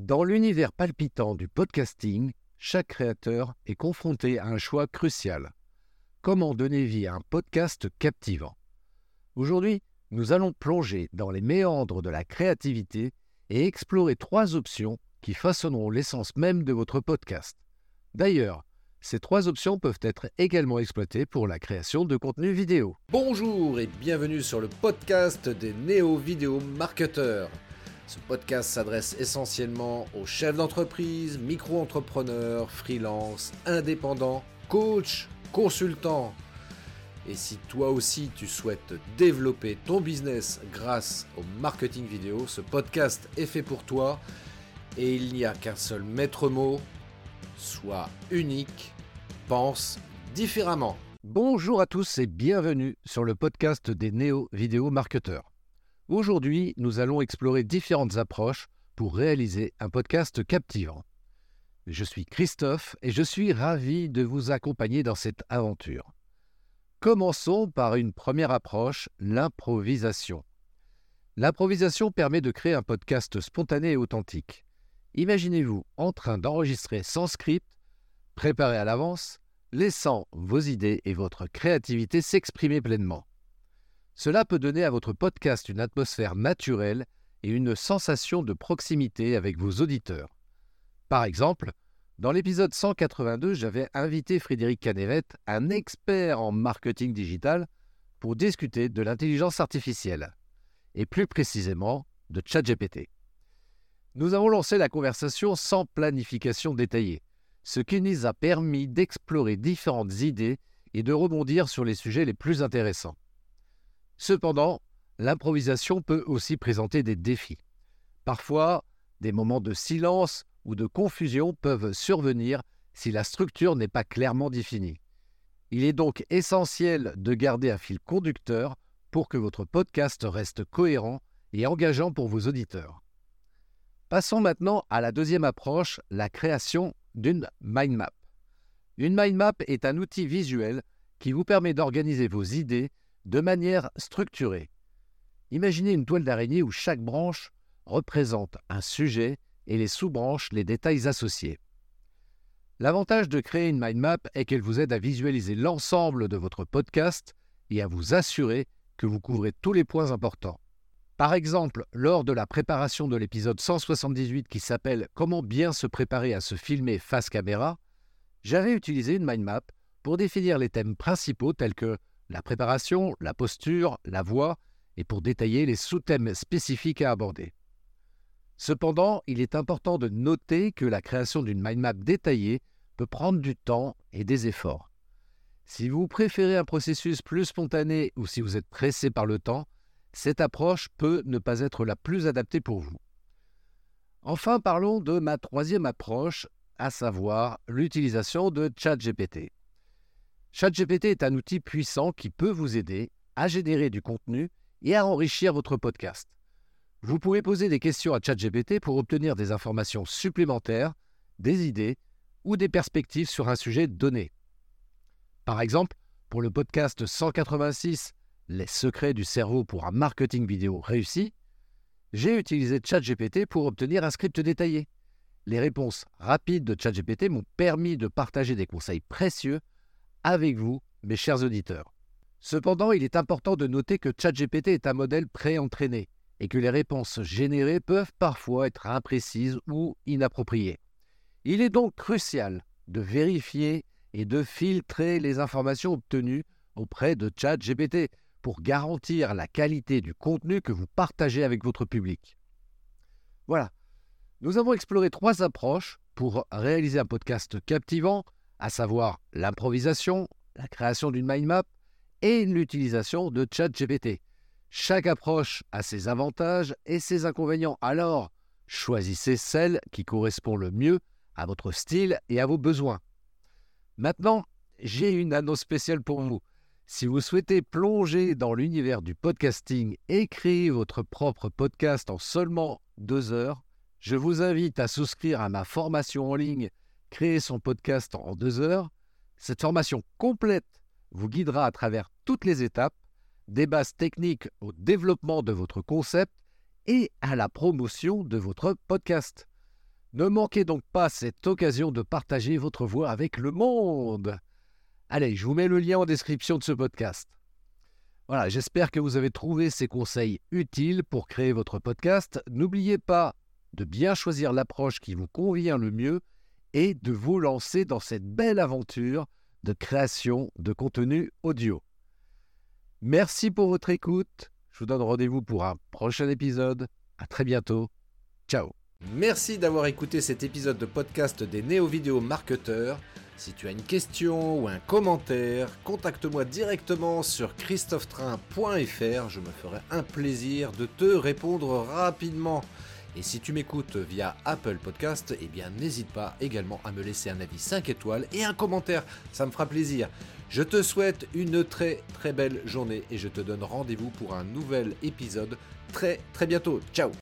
Dans l'univers palpitant du podcasting, chaque créateur est confronté à un choix crucial. Comment donner vie à un podcast captivant? Aujourd'hui, nous allons plonger dans les méandres de la créativité et explorer 3 options qui façonneront l'essence même de votre podcast. D'ailleurs, ces 3 options peuvent être également exploitées pour la création de contenu vidéo. Bonjour et bienvenue sur le podcast des néo-vidéo marketeurs. Ce podcast s'adresse essentiellement aux chefs d'entreprise, micro-entrepreneurs, freelance, indépendants, coachs, consultants. Et si toi aussi tu souhaites développer ton business grâce au marketing vidéo, ce podcast est fait pour toi et il n'y a qu'un seul maître mot, sois unique, pense différemment. Bonjour à tous et bienvenue sur le podcast des néo-vidéo marketeurs. Aujourd'hui, nous allons explorer différentes approches pour réaliser un podcast captivant. Je suis Christophe et je suis ravi de vous accompagner dans cette aventure. Commençons par une première approche, l'improvisation. L'improvisation permet de créer un podcast spontané et authentique. Imaginez-vous en train d'enregistrer sans script, préparé à l'avance, laissant vos idées et votre créativité s'exprimer pleinement. Cela peut donner à votre podcast une atmosphère naturelle et une sensation de proximité avec vos auditeurs. Par exemple, dans l'épisode 182, j'avais invité Frédéric Canévet, un expert en marketing digital, pour discuter de l'intelligence artificielle, et plus précisément de ChatGPT. Nous avons lancé la conversation sans planification détaillée, ce qui nous a permis d'explorer différentes idées et de rebondir sur les sujets les plus intéressants. Cependant, l'improvisation peut aussi présenter des défis. Parfois, des moments de silence ou de confusion peuvent survenir si la structure n'est pas clairement définie. Il est donc essentiel de garder un fil conducteur pour que votre podcast reste cohérent et engageant pour vos auditeurs. Passons maintenant à la deuxième approche, la création d'une mind map. Une mind map est un outil visuel qui vous permet d'organiser vos idées de manière structurée. Imaginez une toile d'araignée où chaque branche représente un sujet et les sous-branches les détails associés. L'avantage de créer une mind map est qu'elle vous aide à visualiser l'ensemble de votre podcast et à vous assurer que vous couvrez tous les points importants. Par exemple, lors de la préparation de l'épisode 178 qui s'appelle « Comment bien se préparer à se filmer face caméra », j'avais utilisé une mind map pour définir les thèmes principaux tels que la préparation, la posture, la voix et pour détailler les sous-thèmes spécifiques à aborder. Cependant, il est important de noter que la création d'une mind map détaillée peut prendre du temps et des efforts. Si vous préférez un processus plus spontané ou si vous êtes pressé par le temps, cette approche peut ne pas être la plus adaptée pour vous. Enfin, parlons de ma troisième approche, à savoir l'utilisation de ChatGPT. ChatGPT est un outil puissant qui peut vous aider à générer du contenu et à enrichir votre podcast. Vous pouvez poser des questions à ChatGPT pour obtenir des informations supplémentaires, des idées ou des perspectives sur un sujet donné. Par exemple, pour le podcast 186 « Les secrets du cerveau pour un marketing vidéo réussi », j'ai utilisé ChatGPT pour obtenir un script détaillé. Les réponses rapides de ChatGPT m'ont permis de partager des conseils précieux avec vous, mes chers auditeurs. Cependant, il est important de noter que ChatGPT est un modèle pré-entraîné et que les réponses générées peuvent parfois être imprécises ou inappropriées. Il est donc crucial de vérifier et de filtrer les informations obtenues auprès de ChatGPT pour garantir la qualité du contenu que vous partagez avec votre public. Voilà, nous avons exploré 3 approches pour réaliser un podcast captivant, à savoir l'improvisation, la création d'une mind map et l'utilisation de ChatGPT. Chaque approche a ses avantages et ses inconvénients, alors choisissez celle qui correspond le mieux à votre style et à vos besoins. Maintenant, j'ai une annonce spéciale pour vous. Si vous souhaitez plonger dans l'univers du podcasting et créer votre propre podcast en seulement 2 heures, je vous invite à souscrire à ma formation en ligne « Créer son podcast en 2 heures ». Cette formation complète vous guidera à travers toutes les étapes, des bases techniques au développement de votre concept et à la promotion de votre podcast. Ne manquez donc pas cette occasion de partager votre voix avec le monde. Allez, je vous mets le lien en description de ce podcast. Voilà, j'espère que vous avez trouvé ces conseils utiles pour créer votre podcast. N'oubliez pas de bien choisir l'approche qui vous convient le mieux et de vous lancer dans cette belle aventure de création de contenu audio. Merci pour votre écoute. Je vous donne rendez-vous pour un prochain épisode. À très bientôt. Ciao. Merci d'avoir écouté cet épisode de podcast des Néo-Vidéo Marketeurs. Si tu as une question ou un commentaire, contacte-moi directement sur christophetrain.fr. Je me ferai un plaisir de te répondre rapidement. Et si tu m'écoutes via Apple Podcast, eh bien n'hésite pas également à me laisser un avis 5 étoiles et un commentaire, ça me fera plaisir. Je te souhaite une très très belle journée et je te donne rendez-vous pour un nouvel épisode très très bientôt. Ciao.